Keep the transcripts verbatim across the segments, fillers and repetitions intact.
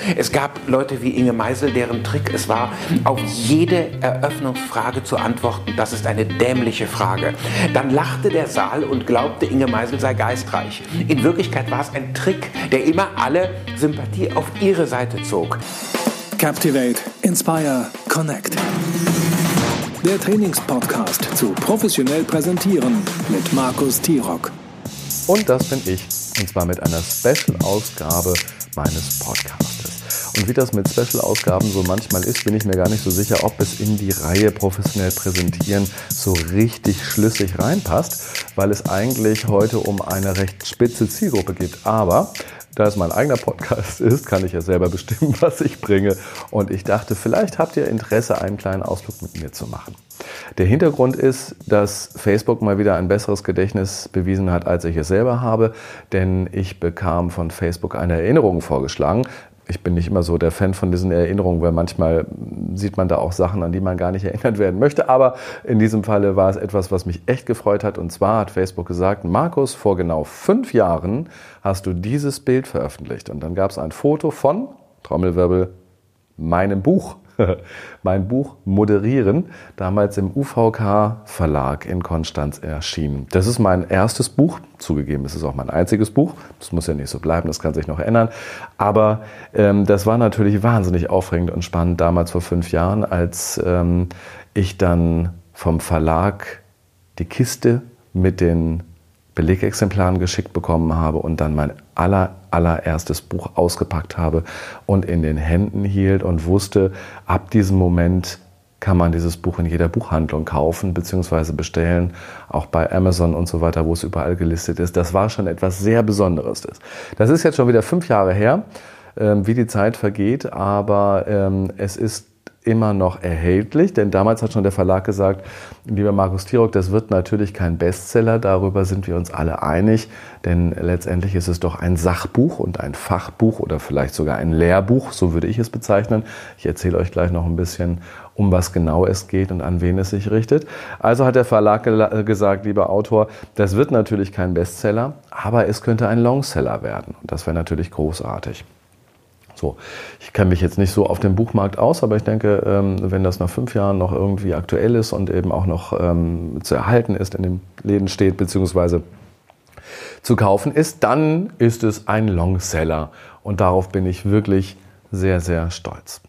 Es gab Leute wie Inge Meisel, deren Trick es war, auf jede Eröffnungsfrage zu antworten. Das ist eine dämliche Frage. Dann lachte der Saal und glaubte, Inge Meisel sei geistreich. In Wirklichkeit war es ein Trick, der immer alle Sympathie auf ihre Seite zog. Captivate, Inspire, Connect. Der Trainingspodcast zu professionell präsentieren mit Markus Tirok. Und das bin ich, und zwar mit einer Special-Ausgabe meines Podcastes. Und wie das mit Special-Ausgaben so manchmal ist, bin ich mir gar nicht so sicher, ob es in die Reihe professionell präsentieren so richtig schlüssig reinpasst, weil es eigentlich heute um eine recht spitze Zielgruppe geht. Aber da es mein eigener Podcast ist, kann ich ja selber bestimmen, was ich bringe. Und ich dachte, vielleicht habt ihr Interesse, einen kleinen Ausflug mit mir zu machen. Der Hintergrund ist, dass Facebook mal wieder ein besseres Gedächtnis bewiesen hat, als ich es selber habe. Denn ich bekam von Facebook eine Erinnerung vorgeschlagen. Ich bin nicht immer so der Fan von diesen Erinnerungen, weil manchmal sieht man da auch Sachen, an die man gar nicht erinnert werden möchte. Aber in diesem Falle war es etwas, was mich echt gefreut hat. Und zwar hat Facebook gesagt, Markus, vor genau fünf Jahren hast du dieses Bild veröffentlicht. Und dann gab es ein Foto von, Trommelwirbel, meinem Buch. Mein Buch Moderieren, damals im U V K-Verlag in Konstanz erschienen. Das ist mein erstes Buch, zugegeben, es ist auch mein einziges Buch. Das muss ja nicht so bleiben, das kann sich noch ändern. Aber ähm, das war natürlich wahnsinnig aufregend und spannend damals vor fünf Jahren, als ähm, ich dann vom Verlag die Kiste mit den Belegexemplaren geschickt bekommen habe und dann mein aller, allererstes Buch ausgepackt habe und in den Händen hielt und wusste, ab diesem Moment kann man dieses Buch in jeder Buchhandlung kaufen bzw. bestellen, auch bei Amazon und so weiter, wo es überall gelistet ist. Das war schon etwas sehr Besonderes. Das ist jetzt schon wieder fünf Jahre her, wie die Zeit vergeht, aber es ist immer noch erhältlich, denn damals hat schon der Verlag gesagt, lieber Markus Tirok, das wird natürlich kein Bestseller, darüber sind wir uns alle einig, denn letztendlich ist es doch ein Sachbuch und ein Fachbuch oder vielleicht sogar ein Lehrbuch, so würde ich es bezeichnen. Ich erzähle euch gleich noch ein bisschen, um was genau es geht und an wen es sich richtet. Also hat der Verlag ge- gesagt, lieber Autor, das wird natürlich kein Bestseller, aber es könnte ein Longseller werden und das wäre natürlich großartig. So, ich kenne mich jetzt nicht so auf dem Buchmarkt aus, aber ich denke, wenn das nach fünf Jahren noch irgendwie aktuell ist und eben auch noch ähm, zu erhalten ist, in den Läden steht, beziehungsweise zu kaufen ist, dann ist es ein Longseller. Und darauf bin ich wirklich sehr, sehr stolz.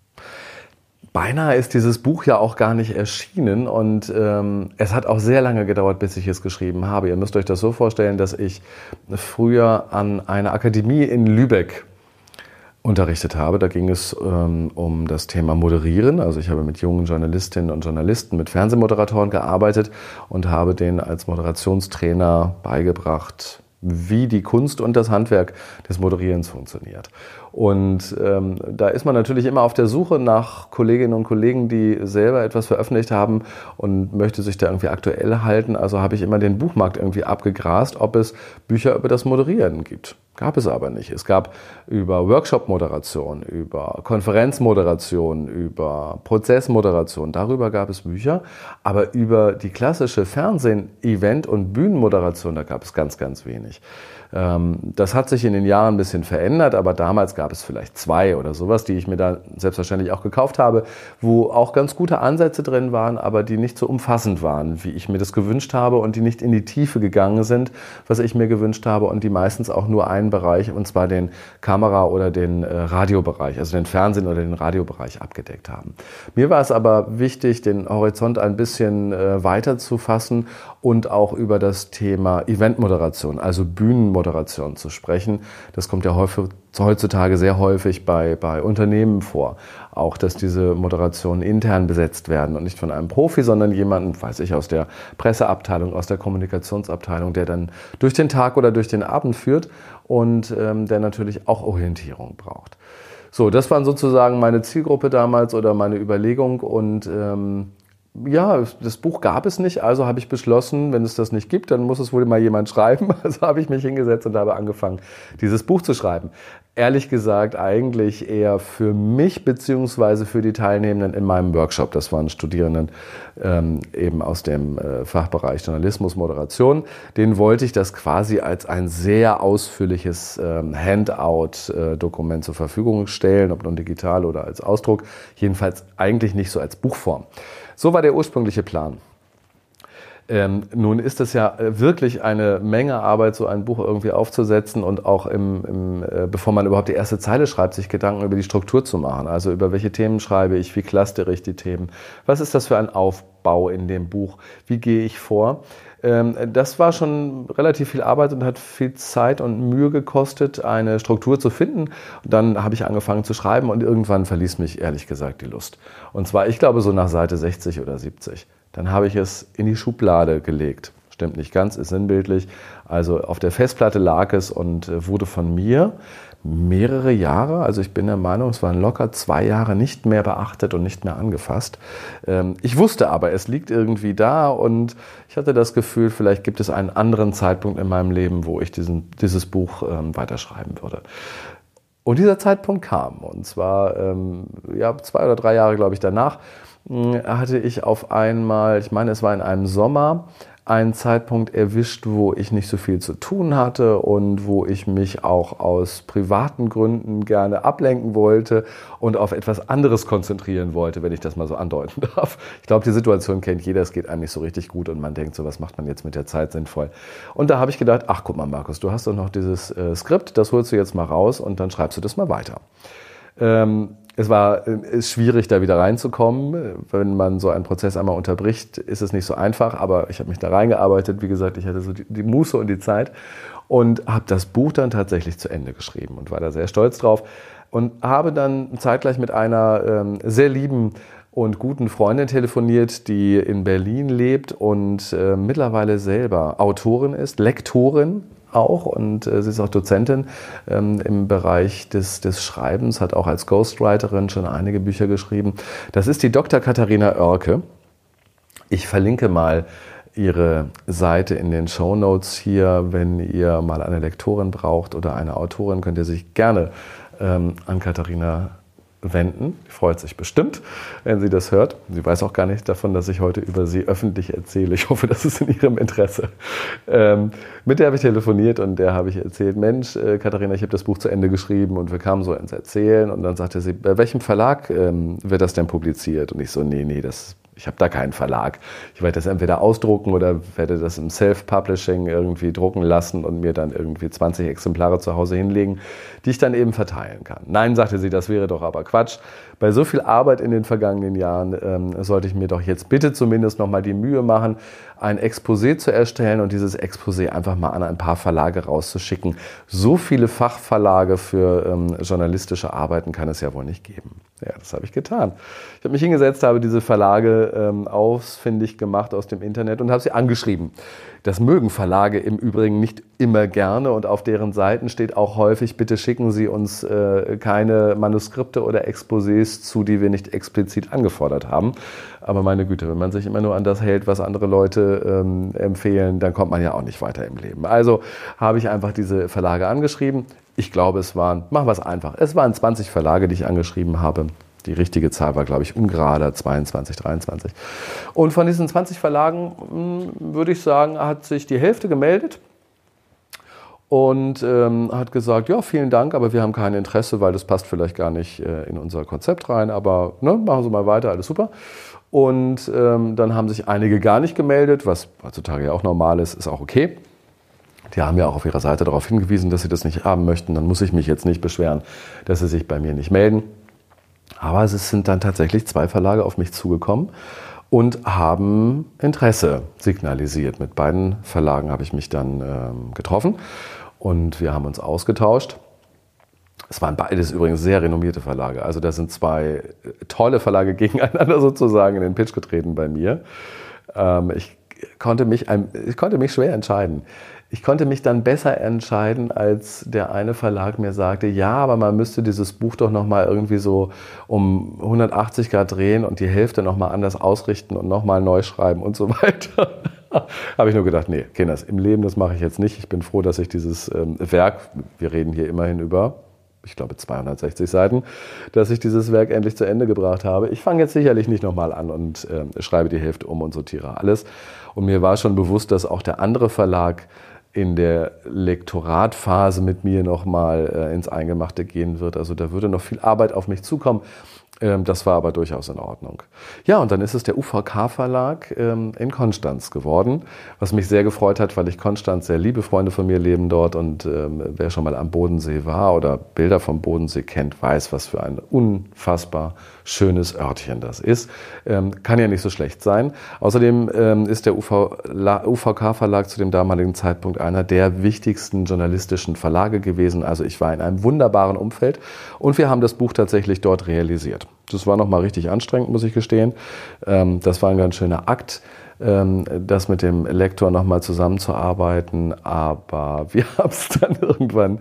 Beinahe ist dieses Buch ja auch gar nicht erschienen und ähm, es hat auch sehr lange gedauert, bis ich es geschrieben habe. Ihr müsst euch das so vorstellen, dass ich früher an einer Akademie in Lübeck unterrichtet habe. Da ging es ähm, um das Thema Moderieren. Also ich habe mit jungen Journalistinnen und Journalisten, mit Fernsehmoderatoren gearbeitet und habe denen als Moderationstrainer beigebracht, wie die Kunst und das Handwerk des Moderierens funktioniert. Und ähm, da ist man natürlich immer auf der Suche nach Kolleginnen und Kollegen, die selber etwas veröffentlicht haben und möchte sich da irgendwie aktuell halten. Also habe ich immer den Buchmarkt irgendwie abgegrast, ob es Bücher über das Moderieren gibt. Gab es aber nicht. Es gab über Workshop-Moderation, über Konferenzmoderation, über Prozessmoderation, darüber gab es Bücher. Aber über die klassische Fernsehen-, Event- und Bühnenmoderation, da gab es ganz, ganz wenig. Das hat sich in den Jahren ein bisschen verändert, aber damals gab es vielleicht zwei oder sowas, die ich mir da selbstverständlich auch gekauft habe, wo auch ganz gute Ansätze drin waren, aber die nicht so umfassend waren, wie ich mir das gewünscht habe und die nicht in die Tiefe gegangen sind, was ich mir gewünscht habe und die meistens auch nur einen Bereich, und zwar den Kamera- oder den äh, Radiobereich, also den Fernsehen- oder den Radiobereich abgedeckt haben. Mir war es aber wichtig, den Horizont ein bisschen äh, weiter zu fassen und auch über das Thema Eventmoderation, also Bühnenmoderation, Moderation zu sprechen. Das kommt ja häufig, heutzutage sehr häufig bei, bei Unternehmen vor. Auch, dass diese Moderationen intern besetzt werden und nicht von einem Profi, sondern jemanden, weiß ich, aus der Presseabteilung, aus der Kommunikationsabteilung, der dann durch den Tag oder durch den Abend führt und ähm, der natürlich auch Orientierung braucht. So, das waren sozusagen meine Zielgruppe damals oder meine Überlegung und ähm, ja, das Buch gab es nicht, also habe ich beschlossen, wenn es das nicht gibt, dann muss es wohl mal jemand schreiben. Also habe ich mich hingesetzt und habe angefangen, dieses Buch zu schreiben. ehrlich gesagt eigentlich eher für mich beziehungsweise für die Teilnehmenden in meinem Workshop. Das waren Studierenden ähm, eben aus dem äh, Fachbereich Journalismus, Moderation. Denen wollte ich das quasi als ein sehr ausführliches ähm, Handout-Dokument äh, zur Verfügung stellen, ob nun digital oder als Ausdruck. Jedenfalls eigentlich nicht so als Buchform. So war der ursprüngliche Plan. Ähm, nun ist es ja wirklich eine Menge Arbeit, so ein Buch irgendwie aufzusetzen und auch, im, im, äh, bevor man überhaupt die erste Zeile schreibt, sich Gedanken über die Struktur zu machen. Also über welche Themen schreibe ich, wie clustere ich die Themen, was ist das für ein Aufbau in dem Buch, wie gehe ich vor. Ähm, das war schon relativ viel Arbeit und hat viel Zeit und Mühe gekostet, eine Struktur zu finden. Und dann habe ich angefangen zu schreiben und irgendwann verließ mich ehrlich gesagt die Lust. Und zwar, ich glaube, so nach Seite sechzig oder siebzig. Dann habe ich es in die Schublade gelegt. Stimmt nicht ganz, ist sinnbildlich. Also auf der Festplatte lag es und wurde von mir mehrere Jahre, also ich bin der Meinung, es waren locker zwei Jahre nicht mehr beachtet und nicht mehr angefasst. Ich wusste aber, es liegt irgendwie da und ich hatte das Gefühl, vielleicht gibt es einen anderen Zeitpunkt in meinem Leben, wo ich diesen, dieses Buch weiterschreiben würde. Und dieser Zeitpunkt kam, und zwar ähm, ja, zwei oder drei Jahre, glaube ich, danach, hatte ich auf einmal, ich meine, es war in einem Sommer, einen Zeitpunkt erwischt, wo ich nicht so viel zu tun hatte und wo ich mich auch aus privaten Gründen gerne ablenken wollte und auf etwas anderes konzentrieren wollte, wenn ich das mal so andeuten darf. Ich glaube, die Situation kennt jeder, es geht einem nicht so richtig gut und man denkt so, was macht man jetzt mit der Zeit sinnvoll? Und da habe ich gedacht, ach guck mal Markus, du hast doch noch dieses äh, Skript, das holst du jetzt mal raus und dann schreibst du das mal weiter. Ähm, Es war ist schwierig, da wieder reinzukommen. Wenn man so einen Prozess einmal unterbricht, ist es nicht so einfach. Aber ich habe mich da reingearbeitet. Wie gesagt, ich hatte so die, die Muße und die Zeit und habe das Buch dann tatsächlich zu Ende geschrieben und war da sehr stolz drauf. Und habe dann zeitgleich mit einer ähm, sehr lieben und guten Freundin telefoniert, die in Berlin lebt und äh, mittlerweile selber Autorin ist, Lektorin auch und äh, sie ist auch Dozentin ähm, im Bereich des, des Schreibens, hat auch als Ghostwriterin schon einige Bücher geschrieben. Das ist die Doktor Katharina Oerke. Ich verlinke mal ihre Seite in den Shownotes hier. Wenn ihr mal eine Lektorin braucht oder eine Autorin, könnt ihr sich gerne ähm, an Katharina wenden. Die freut sich bestimmt, wenn sie das hört. Sie weiß auch gar nicht davon, dass ich heute über sie öffentlich erzähle. Ich hoffe, das ist in ihrem Interesse. Ähm, mit der habe ich telefoniert und der habe ich erzählt, Mensch, äh, Katharina, ich habe das Buch zu Ende geschrieben und wir kamen so ins Erzählen und dann sagte sie, bei welchem Verlag ähm, wird das denn publiziert? Und ich so, nee, nee, das ich habe da keinen Verlag. Ich werde das entweder ausdrucken oder werde das im Self-Publishing irgendwie drucken lassen und mir dann irgendwie zwanzig Exemplare zu Hause hinlegen, die ich dann eben verteilen kann. Nein, sagte sie, das wäre doch aber Quatsch. Bei so viel Arbeit in den vergangenen Jahren ähm, sollte ich mir doch jetzt bitte zumindest noch mal die Mühe machen, ein Exposé zu erstellen und dieses Exposé einfach mal an ein paar Verlage rauszuschicken. So viele Fachverlage für ähm, journalistische Arbeiten kann es ja wohl nicht geben. Ja, das habe ich getan. Ich habe mich hingesetzt, habe diese Verlage ähm, ausfindig gemacht aus dem Internet und habe sie angeschrieben. Das mögen Verlage im Übrigen nicht immer gerne und auf deren Seiten steht auch häufig, bitte schicken Sie uns äh, keine Manuskripte oder Exposés zu, die wir nicht explizit angefordert haben. Aber meine Güte, wenn man sich immer nur an das hält, was andere Leute ähm, empfehlen, dann kommt man ja auch nicht weiter im Leben. Also habe ich einfach diese Verlage angeschrieben. Ich glaube, es waren, machen wir es einfach, es waren zwanzig Verlage, die ich angeschrieben habe. Die richtige Zahl war, glaube ich, ungerade zweiundzwanzig, dreiundzwanzig. Und von diesen zwanzig Verlagen, mh, würde ich sagen, hat sich die Hälfte gemeldet und ähm, hat gesagt, ja, vielen Dank, aber wir haben kein Interesse, weil das passt vielleicht gar nicht äh, in unser Konzept rein, aber ne, machen Sie mal weiter, alles super. Und ähm, dann haben sich einige gar nicht gemeldet, was heutzutage ja auch normal ist, ist auch okay. Die haben ja auch auf ihrer Seite darauf hingewiesen, dass sie das nicht haben möchten. Dann muss ich mich jetzt nicht beschweren, dass sie sich bei mir nicht melden. Aber es sind dann tatsächlich zwei Verlage auf mich zugekommen und haben Interesse signalisiert. Mit beiden Verlagen habe ich mich dann ähm, getroffen und wir haben uns ausgetauscht. Es waren beides übrigens sehr renommierte Verlage. Also da sind zwei tolle Verlage gegeneinander sozusagen in den Pitch getreten bei mir. Ähm, ich konnte mich, ich konnte mich schwer entscheiden. Ich konnte mich dann besser entscheiden, als der eine Verlag mir sagte, ja, aber man müsste dieses Buch doch nochmal irgendwie so um hundertachtzig Grad drehen und die Hälfte nochmal anders ausrichten und nochmal neu schreiben und so weiter. Habe ich nur gedacht, nee, Kinders, im Leben, das mache ich jetzt nicht. Ich bin froh, dass ich dieses ähm, Werk, wir reden hier immerhin über ich glaube zweihundertsechzig Seiten, dass ich dieses Werk endlich zu Ende gebracht habe. Ich fange jetzt sicherlich nicht nochmal an und äh, schreibe die Hälfte um und sortiere alles. Und mir war schon bewusst, dass auch der andere Verlag in der Lektoratphase mit mir nochmal äh, ins Eingemachte gehen wird. Also da würde noch viel Arbeit auf mich zukommen. Ähm, das war aber durchaus in Ordnung. Ja, und dann ist es der U V K-Verlag ähm, in Konstanz geworden, was mich sehr gefreut hat, weil ich Konstanz sehr liebe, Freunde von mir leben dort und ähm, wer schon mal am Bodensee war oder Bilder vom Bodensee kennt, weiß, was für ein unfassbar schönes Örtchen das ist. Ähm, kann ja nicht so schlecht sein. Außerdem ähm, ist der U V K-Verlag zu dem damaligen Zeitpunkt einer der wichtigsten journalistischen Verlage gewesen. Also ich war in einem wunderbaren Umfeld und wir haben das Buch tatsächlich dort realisiert. Das war nochmal richtig anstrengend, muss ich gestehen. Ähm, das war ein ganz schöner Akt, ähm, das mit dem Lektor nochmal zusammenzuarbeiten. Aber wir haben es dann irgendwann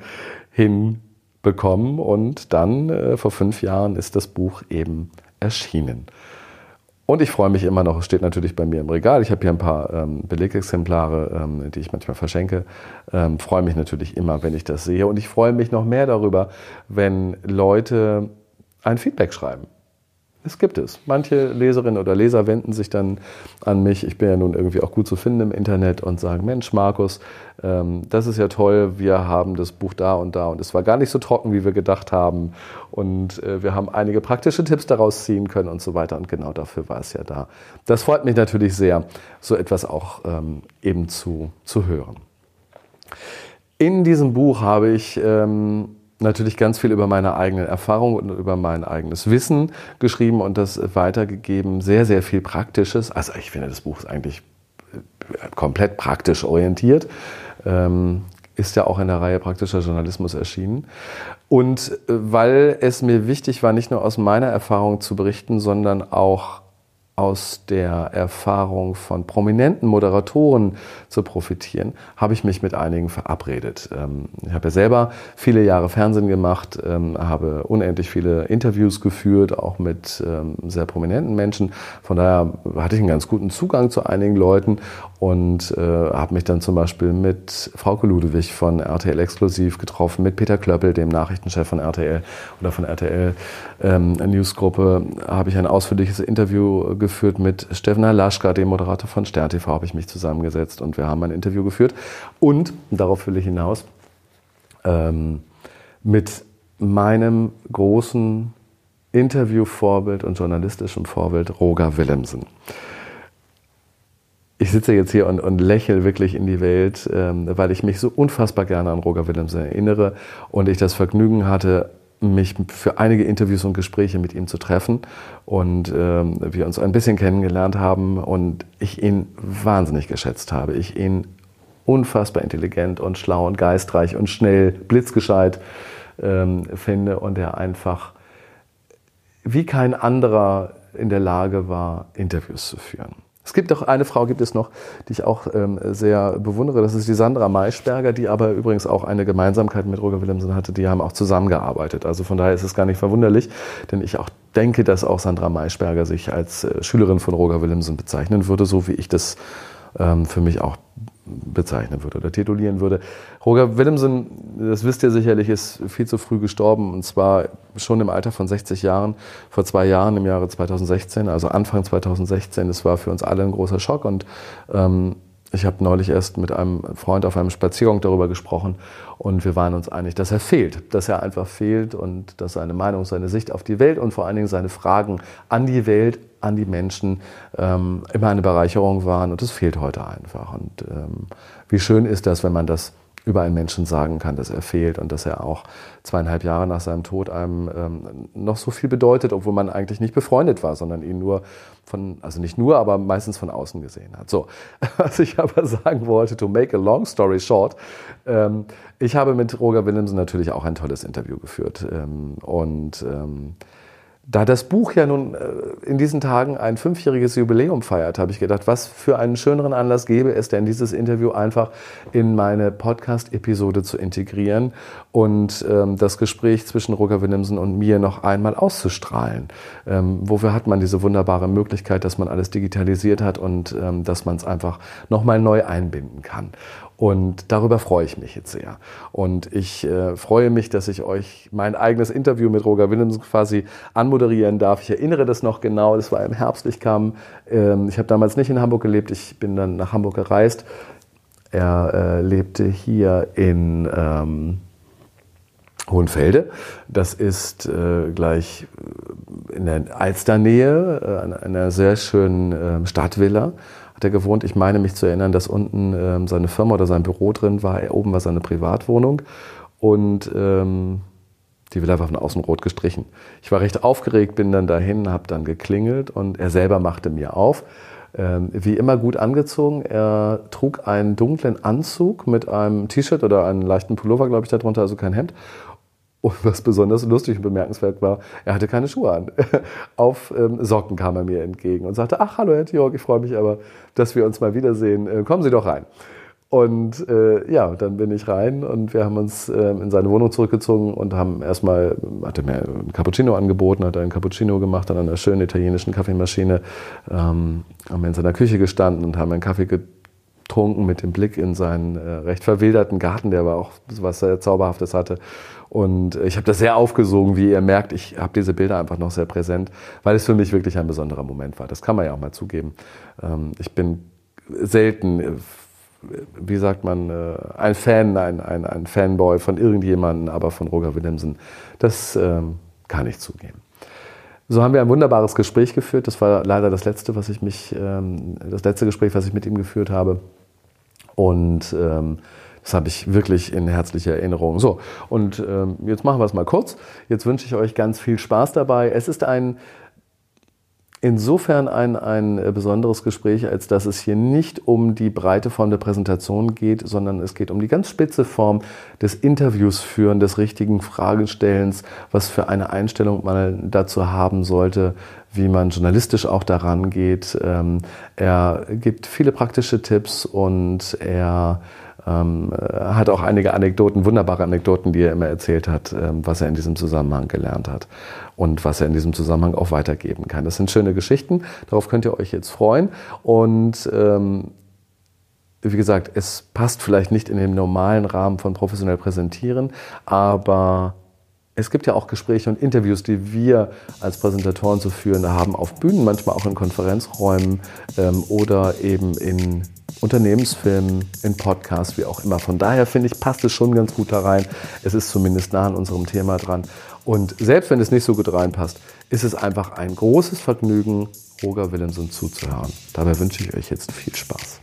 hinbekommen und dann äh, vor fünf Jahren ist das Buch eben erschienen. Und ich freue mich immer noch, es steht natürlich bei mir im Regal. Ich habe hier ein paar ähm, Belegexemplare, ähm, die ich manchmal verschenke. Ähm, freue mich natürlich immer, wenn ich das sehe. Und ich freue mich noch mehr darüber, wenn Leute ein Feedback schreiben. Es gibt es. Manche Leserinnen oder Leser wenden sich dann an mich. Ich bin ja nun irgendwie auch gut zu finden im Internet und sagen, Mensch, Markus, ähm, das ist ja toll. Wir haben das Buch da und da und es war gar nicht so trocken, wie wir gedacht haben. Und äh, wir haben einige praktische Tipps daraus ziehen können und so weiter. Und genau dafür war es ja da. Das freut mich natürlich sehr, so etwas auch ähm, eben zu, zu hören. In diesem Buch habe ich ähm, natürlich ganz viel über meine eigene Erfahrung und über mein eigenes Wissen geschrieben und das weitergegeben. Sehr, sehr viel Praktisches. Also ich finde, das Buch ist eigentlich komplett praktisch orientiert. Ähm, ist ja auch in der Reihe Praktischer Journalismus erschienen. Und weil es mir wichtig war, nicht nur aus meiner Erfahrung zu berichten, sondern auch aus der Erfahrung von prominenten Moderatoren zu profitieren, habe ich mich mit einigen verabredet. Ich habe ja selber viele Jahre Fernsehen gemacht, habe unendlich viele Interviews geführt, auch mit sehr prominenten Menschen. Von daher hatte ich einen ganz guten Zugang zu einigen Leuten und habe mich dann zum Beispiel mit Frauke Ludewig von R T L Exklusiv getroffen, mit Peter Klöppel, dem Nachrichtenchef von R T L oder von R T L ähm, Newsgruppe, habe ich ein ausführliches Interview geführt mit Steffen Halaschka, dem Moderator von Stern T V, habe ich mich zusammengesetzt und wir haben ein Interview geführt. Und, darauf will ich hinaus, ähm, mit meinem großen Interviewvorbild und journalistischem Vorbild Roger Willemsen. Ich sitze jetzt hier und, und lächle wirklich in die Welt, ähm, weil ich mich so unfassbar gerne an Roger Willemsen erinnere und ich das Vergnügen hatte, mich für einige Interviews und Gespräche mit ihm zu treffen und ähm, wir uns ein bisschen kennengelernt haben und ich ihn wahnsinnig geschätzt habe. Ich ihn unfassbar intelligent und schlau und geistreich und schnell, blitzgescheit ähm, finde und er einfach wie kein anderer in der Lage war, Interviews zu führen. Es gibt auch eine Frau, gibt es noch, die ich auch ähm, sehr bewundere. Das ist die Sandra Maischberger, die aber übrigens auch eine Gemeinsamkeit mit Roger Willemsen hatte. Die haben auch zusammengearbeitet. Also von daher ist es gar nicht verwunderlich, denn ich auch denke, dass auch Sandra Maischberger sich als äh, Schülerin von Roger Willemsen bezeichnen würde, so wie ich das ähm, für mich auch bezeichnen würde oder titulieren würde. Roger Willemsen, das wisst ihr sicherlich, ist viel zu früh gestorben und zwar schon im Alter von sechzig Jahren, vor zwei Jahren im Jahre zweitausendsechzehn, also Anfang zweitausendsechzehn. Das war für uns alle ein großer Schock und ähm, ich habe neulich erst mit einem Freund auf einem Spaziergang darüber gesprochen und wir waren uns einig, dass er fehlt, dass er einfach fehlt und dass seine Meinung, seine Sicht auf die Welt und vor allen Dingen seine Fragen an die Welt, an die Menschen ähm, immer eine Bereicherung waren und das fehlt heute einfach. Und ähm, wie schön ist das, wenn man das über einen Menschen sagen kann, dass er fehlt und dass er auch zweieinhalb Jahre nach seinem Tod einem ähm, noch so viel bedeutet, obwohl man eigentlich nicht befreundet war, sondern ihn nur von, also nicht nur, aber meistens von außen gesehen hat. So, was ich aber sagen wollte, to make a long story short, ähm, ich habe mit Roger Willemsen natürlich auch ein tolles Interview geführt ähm, und ähm, da das Buch ja nun in diesen Tagen ein fünfjähriges Jubiläum feiert, habe ich gedacht, was für einen schöneren Anlass gäbe es denn, dieses Interview einfach in meine Podcast-Episode zu integrieren und ähm, das Gespräch zwischen Roger Willemsen und mir noch einmal auszustrahlen. Ähm, wofür hat man diese wunderbare Möglichkeit, dass man alles digitalisiert hat und ähm, dass man es einfach nochmal neu einbinden kann. Und darüber freue ich mich jetzt sehr. Und ich äh, freue mich, dass ich euch mein eigenes Interview mit Roger Willemsen quasi anmoderieren darf. Ich erinnere das noch genau, das war im Herbst, ich kam, ähm, ich habe damals nicht in Hamburg gelebt, ich bin dann nach Hamburg gereist. Er äh, lebte hier in ähm, Hohenfelde. Das ist äh, gleich in der Alsternähe, äh, einer sehr schönen äh, Stadtvilla. Hat er gewohnt. Ich meine mich zu erinnern, dass unten ähm, seine Firma oder sein Büro drin war. Oben war seine Privatwohnung. Und ähm, die Villa war von außen rot gestrichen. Ich war recht aufgeregt, bin dann dahin, habe dann geklingelt und er selber machte mir auf. Ähm, wie immer gut angezogen. Er trug einen dunklen Anzug mit einem T-Shirt oder einem leichten Pullover, glaube ich, darunter, also kein Hemd. Und was besonders lustig und bemerkenswert war, er hatte keine Schuhe an. Auf ähm, Socken kam er mir entgegen und sagte, ach, hallo Herr Tjork, ich freue mich aber, dass wir uns mal wiedersehen. Äh, kommen Sie doch rein. Und äh, ja, dann bin ich rein und wir haben uns äh, in seine Wohnung zurückgezogen und haben erstmal, hat er mir einen Cappuccino angeboten, hat einen Cappuccino gemacht an einer schönen italienischen Kaffeemaschine, ähm, haben in seiner Küche gestanden und haben einen Kaffee getrunken mit dem Blick in seinen äh, recht verwilderten Garten, der aber auch was sehr Zauberhaftes hatte. Und ich habe das sehr aufgesogen, wie ihr merkt, ich habe diese Bilder einfach noch sehr präsent, weil es für mich wirklich ein besonderer Moment war. Das kann man ja auch mal zugeben. Ähm, ich bin selten, wie sagt man, ein Fan, ein, ein, ein Fanboy von irgendjemandem, aber von Roger Willemsen, das ähm, kann ich zugeben. So haben wir ein wunderbares Gespräch geführt. Das war leider das letzte, was ich mich, ähm, das letzte Gespräch, was ich mit ihm geführt habe. Und ähm, das habe ich wirklich in herzlicher Erinnerung. So, und ähm, jetzt machen wir es mal kurz. Jetzt wünsche ich euch ganz viel Spaß dabei. Es ist ein insofern ein, ein besonderes Gespräch, als dass es hier nicht um die breite Form der Präsentation geht, sondern es geht um die ganz spitze Form des Interviews führen, des richtigen Fragestellens, was für eine Einstellung man dazu haben sollte, wie man journalistisch auch daran geht. Ähm, er gibt viele praktische Tipps und er Ähm, hat auch einige Anekdoten, wunderbare Anekdoten, die er immer erzählt hat, ähm, was er in diesem Zusammenhang gelernt hat und was er in diesem Zusammenhang auch weitergeben kann. Das sind schöne Geschichten, darauf könnt ihr euch jetzt freuen. Und ähm, wie gesagt, es passt vielleicht nicht in den normalen Rahmen von professionell präsentieren, aber es gibt ja auch Gespräche und Interviews, die wir als Präsentatoren zu führen haben auf Bühnen, manchmal auch in Konferenzräumen ähm, oder eben in Unternehmensfilmen, in Podcasts, wie auch immer. Von daher finde ich, passt es schon ganz gut da rein. Es ist zumindest nah an unserem Thema dran. Und selbst wenn es nicht so gut reinpasst, ist es einfach ein großes Vergnügen, Roger Willemsen zuzuhören. Dabei wünsche ich euch jetzt viel Spaß.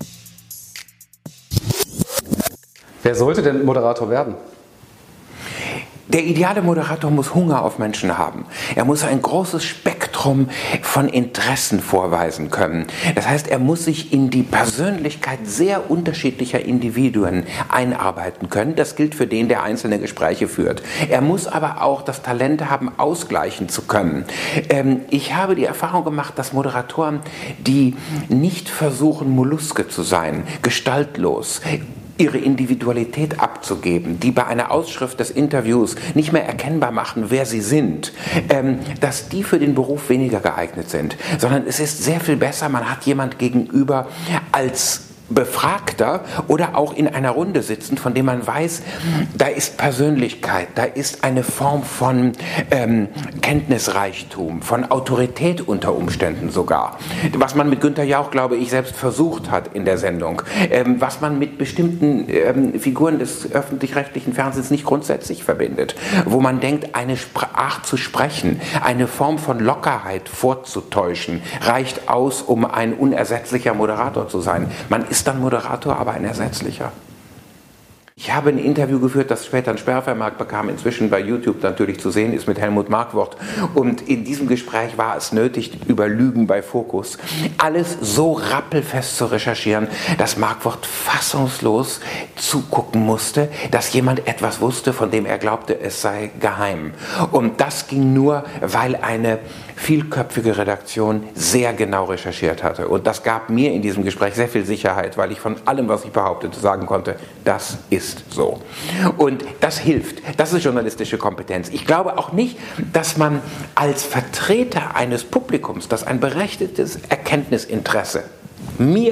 Wer sollte denn Moderator werden? Der ideale Moderator muss Hunger auf Menschen haben. Er muss ein großes Spektrum von Interessen vorweisen können. Das heißt, er muss sich in die Persönlichkeit sehr unterschiedlicher Individuen einarbeiten können. Das gilt für den, der einzelne Gespräche führt. Er muss aber auch das Talent haben, ausgleichen zu können. Ähm, ich habe die Erfahrung gemacht, dass Moderatoren, die nicht versuchen, Molluske zu sein, gestaltlos, ihre Individualität abzugeben, die bei einer Ausschrift des Interviews nicht mehr erkennbar machen, wer sie sind, ähm, dass die für den Beruf weniger geeignet sind, sondern es ist sehr viel besser, man hat jemand gegenüber als Befragter oder auch in einer Runde sitzen, von dem man weiß, da ist Persönlichkeit, da ist eine Form von ähm, Kenntnisreichtum, von Autorität unter Umständen sogar. Was man mit Günther Jauch, glaube ich, selbst versucht hat in der Sendung. Ähm, was man mit bestimmten ähm, Figuren des öffentlich-rechtlichen Fernsehens nicht grundsätzlich verbindet. Wo man denkt, eine Art zu sprechen, eine Form von Lockerheit vorzutäuschen, reicht aus, um ein unersetzlicher Moderator zu sein. Man ist ist dann Moderator, aber ein ersetzlicher. Ich habe ein Interview geführt, das später einen Sperrvermerk bekam, inzwischen bei YouTube natürlich zu sehen ist, mit Helmut Markwort. Und in diesem Gespräch war es nötig, über Lügen bei Focus, alles so rappelfest zu recherchieren, dass Markwort fassungslos zugucken musste, dass jemand etwas wusste, von dem er glaubte, es sei geheim. Und das ging nur, weil eine vielköpfige Redaktion sehr genau recherchiert hatte. Und das gab mir in diesem Gespräch sehr viel Sicherheit, weil ich von allem, was ich behauptete, sagen konnte, das ist so. Und das hilft. Das ist journalistische Kompetenz. Ich glaube auch nicht, dass man als Vertreter eines Publikums, das ein berechtigtes Erkenntnisinteresse mir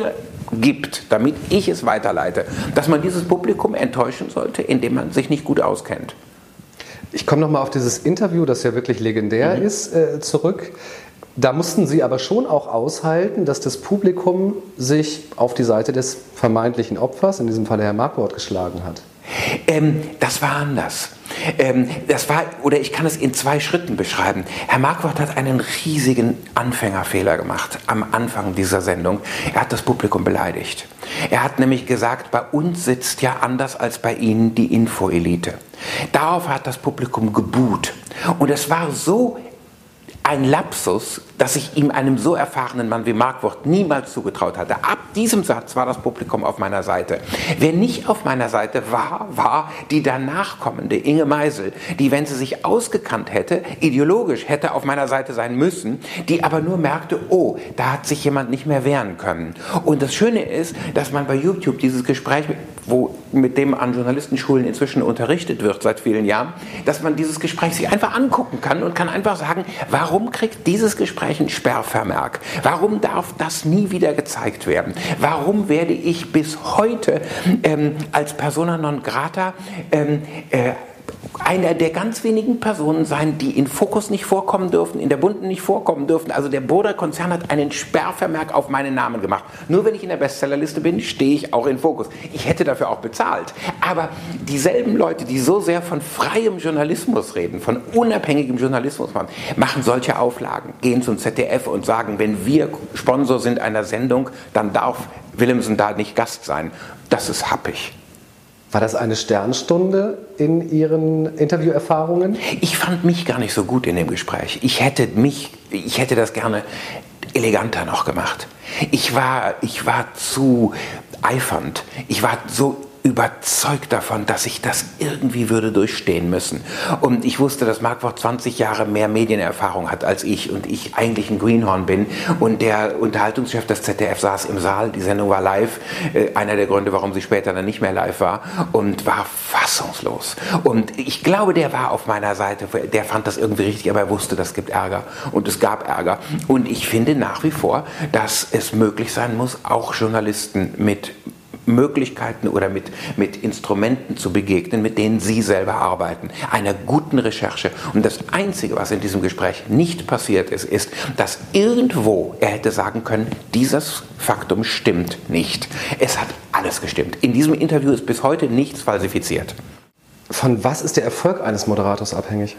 gibt, damit ich es weiterleite, dass man dieses Publikum enttäuschen sollte, indem man sich nicht gut auskennt. Ich komme nochmal auf dieses Interview, das ja wirklich legendär mhm. ist, äh, zurück. Da mussten Sie aber schon auch aushalten, dass das Publikum sich auf die Seite des vermeintlichen Opfers, in diesem Fall Herr Marquardt, geschlagen hat. Ähm, das war anders. Ähm, das war, oder ich kann es in zwei Schritten beschreiben. Herr Marquardt hat einen riesigen Anfängerfehler gemacht am Anfang dieser Sendung. Er hat das Publikum beleidigt. Er hat nämlich gesagt, bei uns sitzt ja anders als bei Ihnen die Infoelite. Darauf hat das Publikum gebuht. Und es war so ein Lapsus, dass ich ihm, einem so erfahrenen Mann wie Marquardt, niemals zugetraut hatte. Ab diesem Satz war das Publikum auf meiner Seite. Wer nicht auf meiner Seite war, war die danach kommende Inge Meisel, die, wenn sie sich ausgekannt hätte, ideologisch hätte auf meiner Seite sein müssen, die aber nur merkte, oh, da hat sich jemand nicht mehr wehren können. Und das Schöne ist, dass man bei YouTube dieses Gespräch, wo, mit dem an Journalistenschulen inzwischen unterrichtet wird seit vielen Jahren, dass man dieses Gespräch sich einfach angucken kann und kann einfach sagen, warum kriegt dieses Gespräch ein Sperrvermerk? Warum darf das nie wieder gezeigt werden? Warum werde ich bis heute ähm, als Persona non grata ähm, äh, einer der ganz wenigen Personen sein, die in Focus nicht vorkommen dürfen, in der Bunten nicht vorkommen dürfen. Also der Burda-Konzern hat einen Sperrvermerk auf meinen Namen gemacht. Nur wenn ich in der Bestsellerliste bin, stehe ich auch in Focus. Ich hätte dafür auch bezahlt. Aber dieselben Leute, die so sehr von freiem Journalismus reden, von unabhängigem Journalismus machen, machen solche Auflagen, gehen zum Z D F und sagen, wenn wir Sponsor sind einer Sendung, dann darf Willemsen da nicht Gast sein. Das ist happig. War das eine Sternstunde in Ihren Interviewerfahrungen? Ich fand mich gar nicht so gut in dem Gespräch. Ich hätte mich, ich hätte das gerne eleganter noch gemacht. Ich war, ich war zu eifernd. Ich war so überzeugt davon, dass ich das irgendwie würde durchstehen müssen. Und ich wusste, dass Marquardt zwanzig Jahre mehr Medienerfahrung hat als ich und ich eigentlich ein Greenhorn bin. Und der Unterhaltungschef des Z D F saß im Saal, die Sendung war live, äh, einer der Gründe, warum sie später dann nicht mehr live war, und war fassungslos. Und ich glaube, der war auf meiner Seite, der fand das irgendwie richtig, aber er wusste, das gibt Ärger. Und es gab Ärger. Und ich finde nach wie vor, dass es möglich sein muss, auch Journalisten mit Möglichkeiten oder mit, mit Instrumenten zu begegnen, mit denen Sie selber arbeiten, einer guten Recherche. Und das Einzige, was in diesem Gespräch nicht passiert ist, ist, dass irgendwo er hätte sagen können, dieses Faktum stimmt nicht. Es hat alles gestimmt. In diesem Interview ist bis heute nichts falsifiziert. Von was ist der Erfolg eines Moderators abhängig?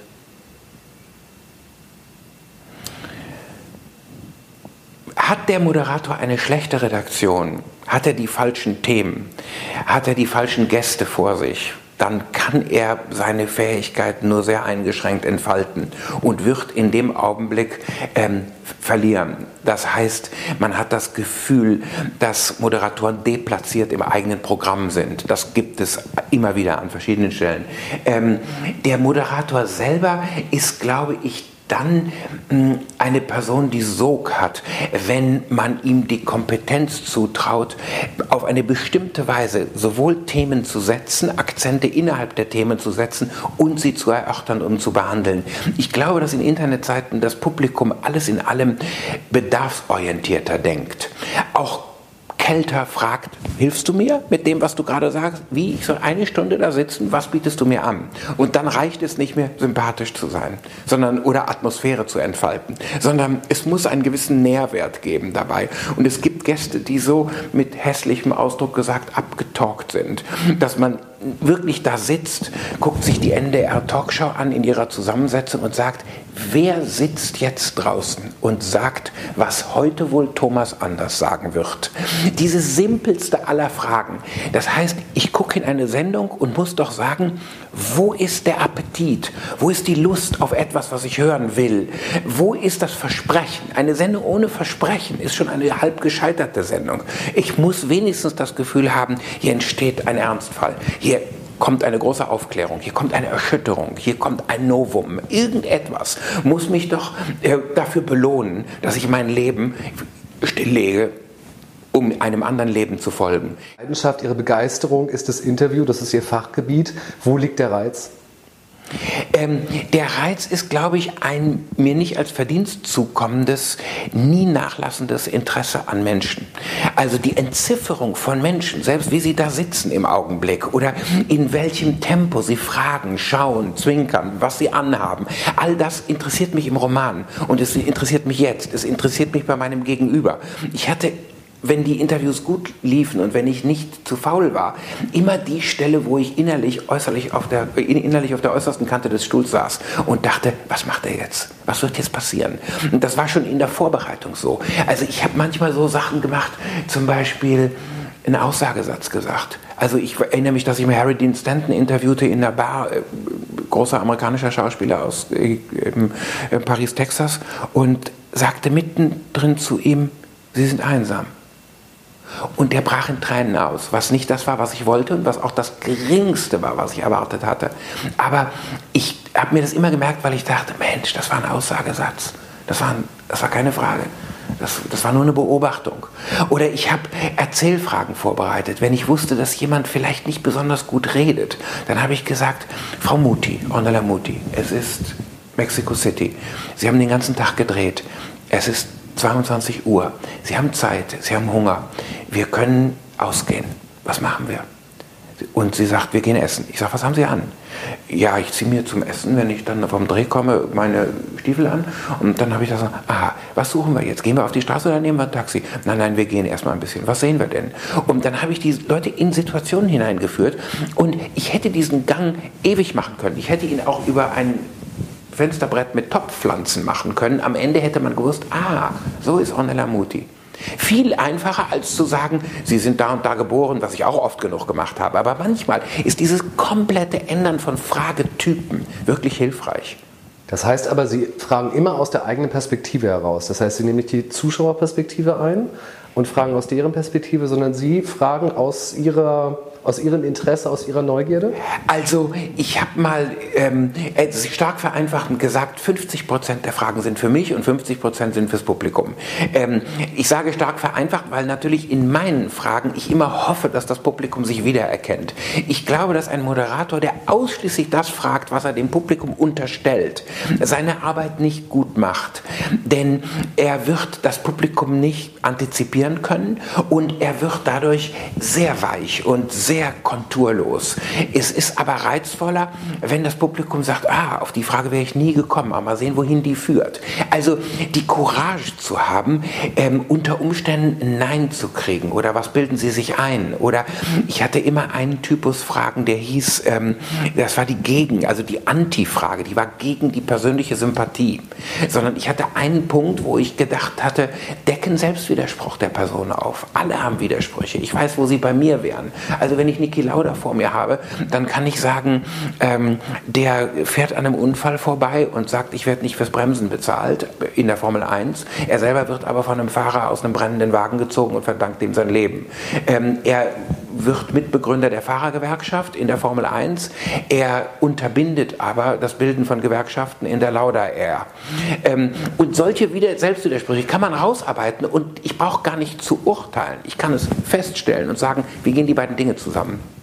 Hat der Moderator eine schlechte Redaktion, hat er die falschen Themen, hat er die falschen Gäste vor sich, dann kann er seine Fähigkeiten nur sehr eingeschränkt entfalten und wird in dem Augenblick ähm, verlieren. Das heißt, man hat das Gefühl, dass Moderatoren deplatziert im eigenen Programm sind. Das gibt es immer wieder an verschiedenen Stellen. Ähm, der Moderator selber ist, glaube ich, dann mh, eine Person, die Sog hat, wenn man ihm die Kompetenz zutraut, auf eine bestimmte Weise sowohl Themen zu setzen, Akzente innerhalb der Themen zu setzen und sie zu erörtern und zu behandeln. Ich glaube, dass in Internetzeiten das Publikum alles in allem bedarfsorientierter denkt. Auch Kelter fragt, hilfst du mir mit dem, was du gerade sagst? Wie? Ich soll eine Stunde da sitzen, was bietest du mir an? Und dann reicht es nicht mehr, sympathisch zu sein, sondern oder Atmosphäre zu entfalten, sondern es muss einen gewissen Nährwert geben dabei. Und es gibt Gäste, die so mit hässlichem Ausdruck gesagt abgetalkt sind, dass man wirklich da sitzt, guckt sich die N D R-Talkshow an in ihrer Zusammensetzung und sagt, wer sitzt jetzt draußen und sagt, was heute wohl Thomas anders sagen wird? Diese simpelste aller Fragen. Das heißt, ich gucke in eine Sendung und muss doch sagen, wo ist der Appetit? Wo ist die Lust auf etwas, was ich hören will? Wo ist das Versprechen? Eine Sendung ohne Versprechen ist schon eine halb gescheiterte Sendung. Ich muss wenigstens das Gefühl haben, hier entsteht ein Ernstfall. Hier kommt eine große Aufklärung, hier kommt eine Erschütterung, hier kommt ein Novum. Irgendetwas muss mich doch äh, dafür belohnen, dass ich mein Leben stilllege, um einem anderen Leben zu folgen. Leidenschaft, Ihre Begeisterung ist das Interview, das ist Ihr Fachgebiet. Wo liegt der Reiz? Ähm, der Reiz ist, glaube ich, ein mir nicht als Verdienst zukommendes, nie nachlassendes Interesse an Menschen. Also die Entzifferung von Menschen, selbst wie sie da sitzen im Augenblick oder in welchem Tempo sie fragen, schauen, zwinkern, was sie anhaben, all das interessiert mich im Roman und es interessiert mich jetzt, es interessiert mich bei meinem Gegenüber. Ich hatte, wenn die Interviews gut liefen und wenn ich nicht zu faul war, immer die Stelle, wo ich innerlich, äußerlich auf der, innerlich auf der äußersten Kante des Stuhls saß und dachte, was macht er jetzt? Was wird jetzt passieren? Und das war schon in der Vorbereitung so. Also ich habe manchmal so Sachen gemacht, zum Beispiel einen Aussagesatz gesagt. Also ich erinnere mich, dass ich mal Harry Dean Stanton interviewte in einer Bar, äh, großer amerikanischer Schauspieler aus äh, äh, Paris, Texas, und sagte mittendrin zu ihm, Sie sind einsam. Und der brach in Tränen aus, was nicht das war, was ich wollte und was auch das Geringste war, was ich erwartet hatte. Aber ich habe mir das immer gemerkt, weil ich dachte, Mensch, das war ein Aussagesatz. Das war, ein, das war keine Frage. Das, das war nur eine Beobachtung. Oder ich habe Erzählfragen vorbereitet. Wenn ich wusste, dass jemand vielleicht nicht besonders gut redet, dann habe ich gesagt, Frau Muti, Ornella Muti, es ist Mexico City. Sie haben den ganzen Tag gedreht. Es ist zweiundzwanzig Uhr. Sie haben Zeit, Sie haben Hunger. Wir können ausgehen. Was machen wir? Und sie sagt, wir gehen essen. Ich sage, was haben Sie an? Ja, ich ziehe mir zum Essen, wenn ich dann vom Dreh komme, meine Stiefel an. Und dann habe ich das so, aha, was suchen wir jetzt? Gehen wir auf die Straße oder nehmen wir ein Taxi? Nein, nein, wir gehen erstmal ein bisschen. Was sehen wir denn? Und dann habe ich die Leute in Situationen hineingeführt. Und ich hätte diesen Gang ewig machen können. Ich hätte ihn auch über ein Fensterbrett mit Topfpflanzen machen können. Am Ende hätte man gewusst, ah, so ist Ornella Muti. Viel einfacher als zu sagen, Sie sind da und da geboren, was ich auch oft genug gemacht habe. Aber manchmal ist dieses komplette Ändern von Fragetypen wirklich hilfreich. Das heißt aber, Sie fragen immer aus der eigenen Perspektive heraus. Das heißt, Sie nehmen nicht die Zuschauerperspektive ein und fragen aus deren Perspektive, sondern Sie fragen aus Ihrer... Aus Ihrem Interesse, aus Ihrer Neugierde? Also ich habe mal ähm, stark vereinfachend gesagt, fünfzig Prozent der Fragen sind für mich und fünfzig Prozent sind fürs Publikum. Ähm, ich sage stark vereinfacht, weil natürlich in meinen Fragen ich immer hoffe, dass das Publikum sich wiedererkennt. Ich glaube, dass ein Moderator, der ausschließlich das fragt, was er dem Publikum unterstellt, seine Arbeit nicht gut macht. Denn er wird das Publikum nicht antizipieren können und er wird dadurch sehr weich und sehr sehr konturlos. Es ist aber reizvoller, wenn das Publikum sagt, ah, auf die Frage wäre ich nie gekommen, aber mal sehen, wohin die führt. Also die Courage zu haben, ähm, unter Umständen Nein zu kriegen oder was bilden Sie sich ein? Oder ich hatte immer einen Typus Fragen, der hieß, ähm, das war die Gegen, also die Anti-Frage, die war gegen die persönliche Sympathie. Sondern ich hatte einen Punkt, wo ich gedacht hatte, decken Selbstwiderspruch der Person auf. Alle haben Widersprüche. Ich weiß, wo sie bei mir wären. Also wenn ich Niki Lauda vor mir habe, dann kann ich sagen, ähm, der fährt an einem Unfall vorbei und sagt, ich werde nicht fürs Bremsen bezahlt in der Formel eins. Er selber wird aber von einem Fahrer aus einem brennenden Wagen gezogen und verdankt ihm sein Leben. Ähm, er wird Mitbegründer der Fahrergewerkschaft in der Formel eins. Er unterbindet aber das Bilden von Gewerkschaften in der Lauda Air. Ähm, und solche Wieder- Selbstwidersprüche kann man rausarbeiten und ich brauche gar nicht zu urteilen. Ich kann es feststellen und sagen, wie gehen die beiden Dinge zusammen.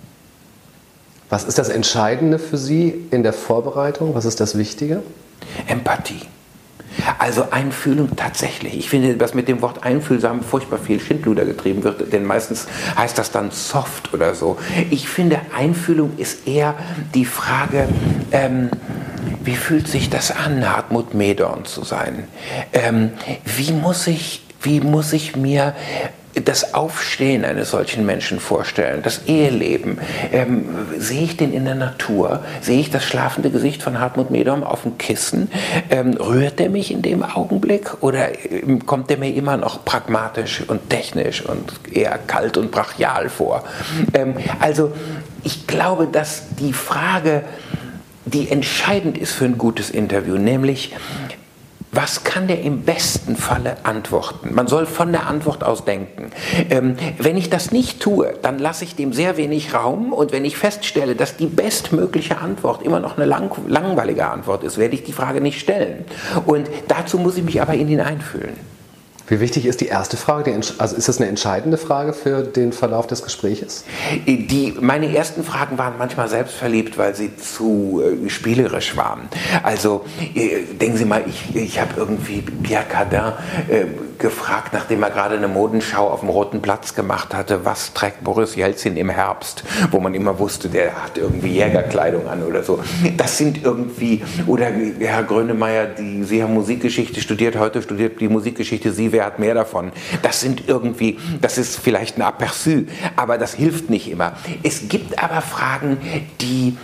Was ist das Entscheidende für Sie in der Vorbereitung? Was ist das Wichtige? Empathie. Also Einfühlung tatsächlich. Ich finde, dass mit dem Wort einfühlsam furchtbar viel Schindluder getrieben wird, denn meistens heißt das dann soft oder so. Ich finde, Einfühlung ist eher die Frage, ähm, wie fühlt sich das an, Hartmut Medorn zu sein? Ähm, wie muss ich, wie muss ich mir das Aufstehen eines solchen Menschen vorstellen, das Eheleben. Ähm, sehe ich den in der Natur? Sehe ich das schlafende Gesicht von Hartmut Medorn auf dem Kissen? Ähm, rührt er mich in dem Augenblick oder ähm, kommt er mir immer noch pragmatisch und technisch und eher kalt und brachial vor? Ähm, also ich glaube, dass die Frage, die entscheidend ist für ein gutes Interview, nämlich was kann der im besten Falle antworten? Man soll von der Antwort aus denken. Ähm, wenn ich das nicht tue, dann lasse ich dem sehr wenig Raum und wenn ich feststelle, dass die bestmögliche Antwort immer noch eine lang, langweilige Antwort ist, werde ich die Frage nicht stellen. Und dazu muss ich mich aber in ihn einfühlen. Wie wichtig ist die erste Frage? Die, also ist das eine entscheidende Frage für den Verlauf des Gespräches? Die, meine ersten Fragen waren manchmal selbstverliebt, weil sie zu äh, spielerisch waren. Also äh, denken Sie mal, ich, ich habe irgendwie Pierre Cardin äh, gefragt, nachdem er gerade eine Modenschau auf dem Roten Platz gemacht hatte, was trägt Boris Jelzin im Herbst, wo man immer wusste, der hat irgendwie Jägerkleidung an oder so. Das sind irgendwie, oder Herr Grönemeyer, die, Sie haben Musikgeschichte studiert, heute studiert die Musikgeschichte Sie, wer hat mehr davon? Das sind irgendwie, das ist vielleicht ein Aperçu, aber das hilft nicht immer. Es gibt aber Fragen, die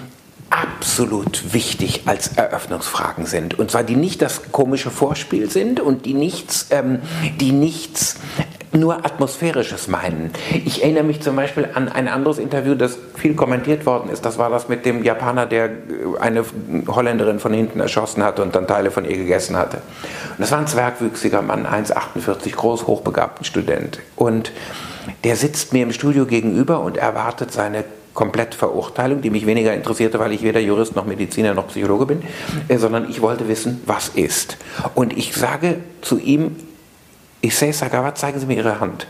absolut wichtig als Eröffnungsfragen sind. Und zwar die nicht das komische Vorspiel sind und die nichts, ähm, die nichts nur Atmosphärisches meinen. Ich erinnere mich zum Beispiel an ein anderes Interview, das viel kommentiert worden ist. Das war das mit dem Japaner, der eine Holländerin von hinten erschossen hatte und dann Teile von ihr gegessen hatte. Und das war ein zwergwüchsiger Mann, eins Komma achtundvierzig groß, hochbegabten Student. Und der sitzt mir im Studio gegenüber und erwartet seine Komplettverurteilung, die mich weniger interessierte, weil ich weder Jurist noch Mediziner noch Psychologe bin, äh, sondern ich wollte wissen, was ist. Und ich sage zu ihm, Issei Sagawa, zeigen Sie mir Ihre Hand.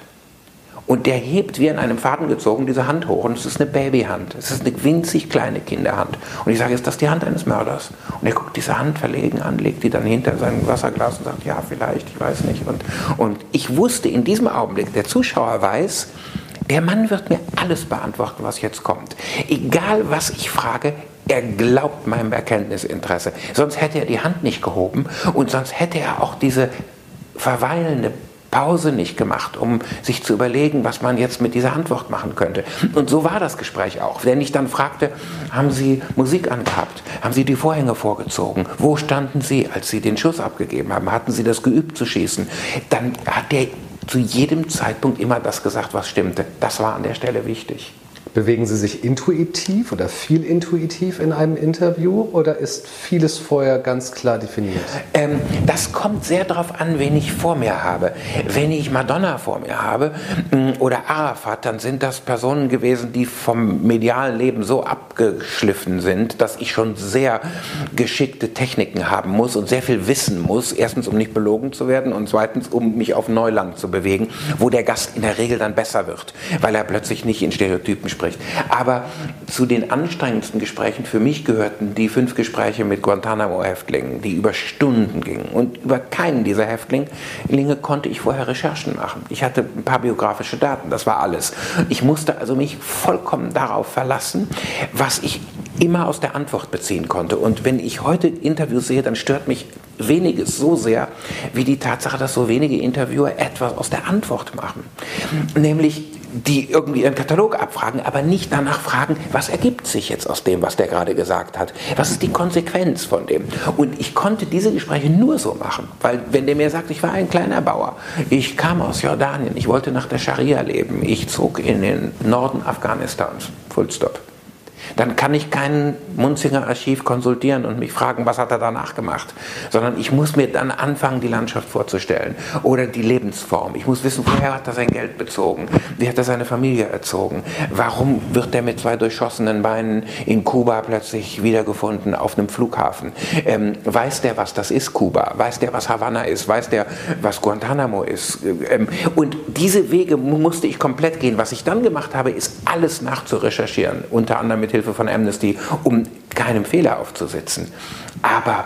Und der hebt wie an einem Faden gezogen diese Hand hoch und es ist eine Babyhand. Es ist eine winzig kleine Kinderhand. Und ich sage, ist das die Hand eines Mörders? Und er guckt diese Hand verlegen an, legt die dann hinter sein Wasserglas und sagt, ja, vielleicht, ich weiß nicht. Und, und ich wusste in diesem Augenblick, der Zuschauer weiß, der Mann wird mir alles beantworten, was jetzt kommt. Egal, was ich frage, er glaubt meinem Erkenntnisinteresse. Sonst hätte er die Hand nicht gehoben und sonst hätte er auch diese verweilende Pause nicht gemacht, um sich zu überlegen, was man jetzt mit dieser Antwort machen könnte. Und so war das Gespräch auch. Wenn ich dann fragte, haben Sie Musik angehabt? Haben Sie die Vorhänge vorgezogen? Wo standen Sie, als Sie den Schuss abgegeben haben? Hatten Sie das geübt zu schießen? Dann hat der zu jedem Zeitpunkt immer das gesagt, was stimmte. Das war an der Stelle wichtig. Bewegen Sie sich intuitiv oder viel intuitiv in einem Interview oder ist vieles vorher ganz klar definiert? Ähm, das kommt sehr darauf an, wen ich vor mir habe. Wenn ich Madonna vor mir habe oder Arafat, dann sind das Personen gewesen, die vom medialen Leben so abgeschliffen sind, dass ich schon sehr geschickte Techniken haben muss und sehr viel wissen muss. Erstens, um nicht belogen zu werden und zweitens, um mich auf Neuland zu bewegen, wo der Gast in der Regel dann besser wird, weil er plötzlich nicht in Stereotypen spricht. Aber zu den anstrengendsten Gesprächen für mich gehörten die fünf Gespräche mit Guantanamo-Häftlingen, die über Stunden gingen. Und über keinen dieser Häftlinge konnte ich vorher Recherchen machen. Ich hatte ein paar biografische Daten, das war alles. Ich musste also mich vollkommen darauf verlassen, was ich immer aus der Antwort beziehen konnte. Und wenn ich heute Interviews sehe, dann stört mich weniges so sehr, wie die Tatsache, dass so wenige Interviewer etwas aus der Antwort machen. Nämlich die irgendwie ihren Katalog abfragen, aber nicht danach fragen, was ergibt sich jetzt aus dem, was der gerade gesagt hat? Was ist die Konsequenz von dem? Und ich konnte diese Gespräche nur so machen, weil wenn der mir sagt, ich war ein kleiner Bauer, ich kam aus Jordanien, ich wollte nach der Scharia leben, ich zog in den Norden Afghanistans, Full Stop. Dann kann ich kein Munzinger Archiv konsultieren und mich fragen, was hat er danach gemacht, sondern ich muss mir dann anfangen, die Landschaft vorzustellen oder die Lebensform. Ich muss wissen, woher hat er sein Geld bezogen, wie hat er seine Familie erzogen, warum wird er mit zwei durchschossenen Beinen in Kuba plötzlich wiedergefunden auf einem Flughafen. Ähm, weiß der, was das ist, Kuba? Weiß der, was Havanna ist? Weiß der, was Guantanamo ist? Ähm, und diese Wege musste ich komplett gehen. Was ich dann gemacht habe, ist alles nachzurecherchieren, unter anderem mit Hilfe von Amnesty, um keinem Fehler aufzusitzen. Aber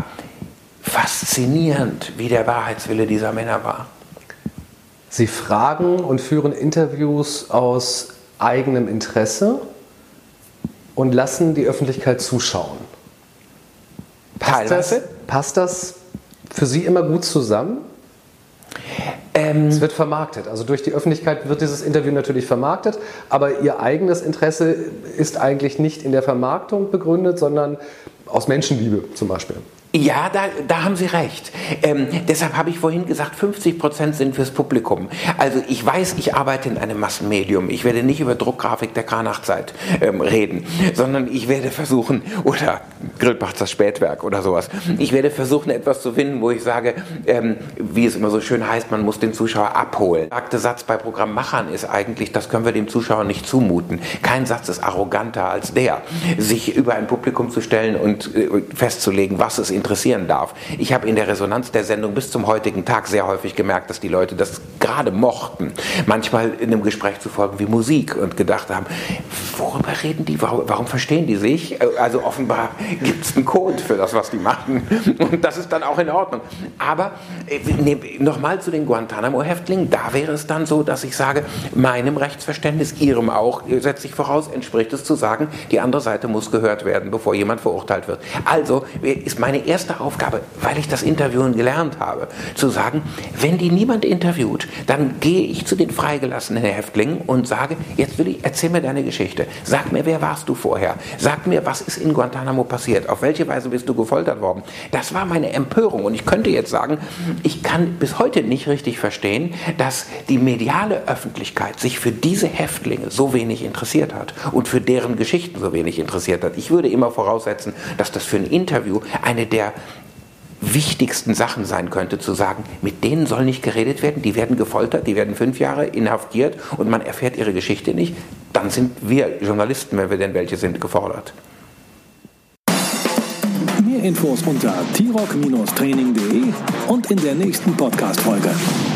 faszinierend, wie der Wahrheitswille dieser Männer war. Sie fragen und führen Interviews aus eigenem Interesse und lassen die Öffentlichkeit zuschauen. Passt das, passt das für Sie immer gut zusammen? Ähm, es wird vermarktet. Also durch die Öffentlichkeit wird dieses Interview natürlich vermarktet, aber Ihr eigenes Interesse ist eigentlich nicht in der Vermarktung begründet, sondern aus Menschenliebe zum Beispiel. Ja, da, da haben Sie recht. Ähm, deshalb habe ich vorhin gesagt, fünfzig Prozent sind fürs Publikum. Also ich weiß, ich arbeite in einem Massenmedium. Ich werde nicht über Druckgrafik der Kranachzeit ähm, reden, sondern ich werde versuchen, oder Grillparts das Spätwerk oder sowas, ich werde versuchen, etwas zu finden, wo ich sage, ähm, wie es immer so schön heißt, man muss den Zuschauer abholen. Der sagte Satz bei Programmmachern ist eigentlich, das können wir dem Zuschauer nicht zumuten. Kein Satz ist arroganter als der, sich über ein Publikum zu stellen und äh, festzulegen, was es in interessieren darf. Ich habe in der Resonanz der Sendung bis zum heutigen Tag sehr häufig gemerkt, dass die Leute das gerade mochten. Manchmal in einem Gespräch zu folgen wie Musik und gedacht haben, worüber reden die, warum, warum verstehen die sich? Also offenbar gibt es einen Code für das, was die machen. Und das ist dann auch in Ordnung. Aber ne, nochmal zu den Guantanamo-Häftlingen, da wäre es dann so, dass ich sage, meinem Rechtsverständnis, Ihrem auch, setze ich voraus, entspricht es zu sagen, die andere Seite muss gehört werden, bevor jemand verurteilt wird. Also ist meine erste Aufgabe, weil ich das Interviewen gelernt habe, zu sagen, wenn die niemand interviewt, dann gehe ich zu den freigelassenen Häftlingen und sage, jetzt will ich, erzähl mir deine Geschichte. Sag mir, wer warst du vorher? Sag mir, was ist in Guantanamo passiert? Auf welche Weise bist du gefoltert worden? Das war meine Empörung. Und ich könnte jetzt sagen, ich kann bis heute nicht richtig verstehen, dass die mediale Öffentlichkeit sich für diese Häftlinge so wenig interessiert hat und für deren Geschichten so wenig interessiert hat. Ich würde immer voraussetzen, dass das für ein Interview eine der wichtigsten Sachen sein könnte, zu sagen, mit denen soll nicht geredet werden, die werden gefoltert, die werden fünf Jahre inhaftiert und man erfährt ihre Geschichte nicht. Dann sind wir Journalisten, wenn wir denn welche sind, gefordert. Mehr Infos unter t rock Bindestrich training punkt de und in der nächsten Podcast-Folge.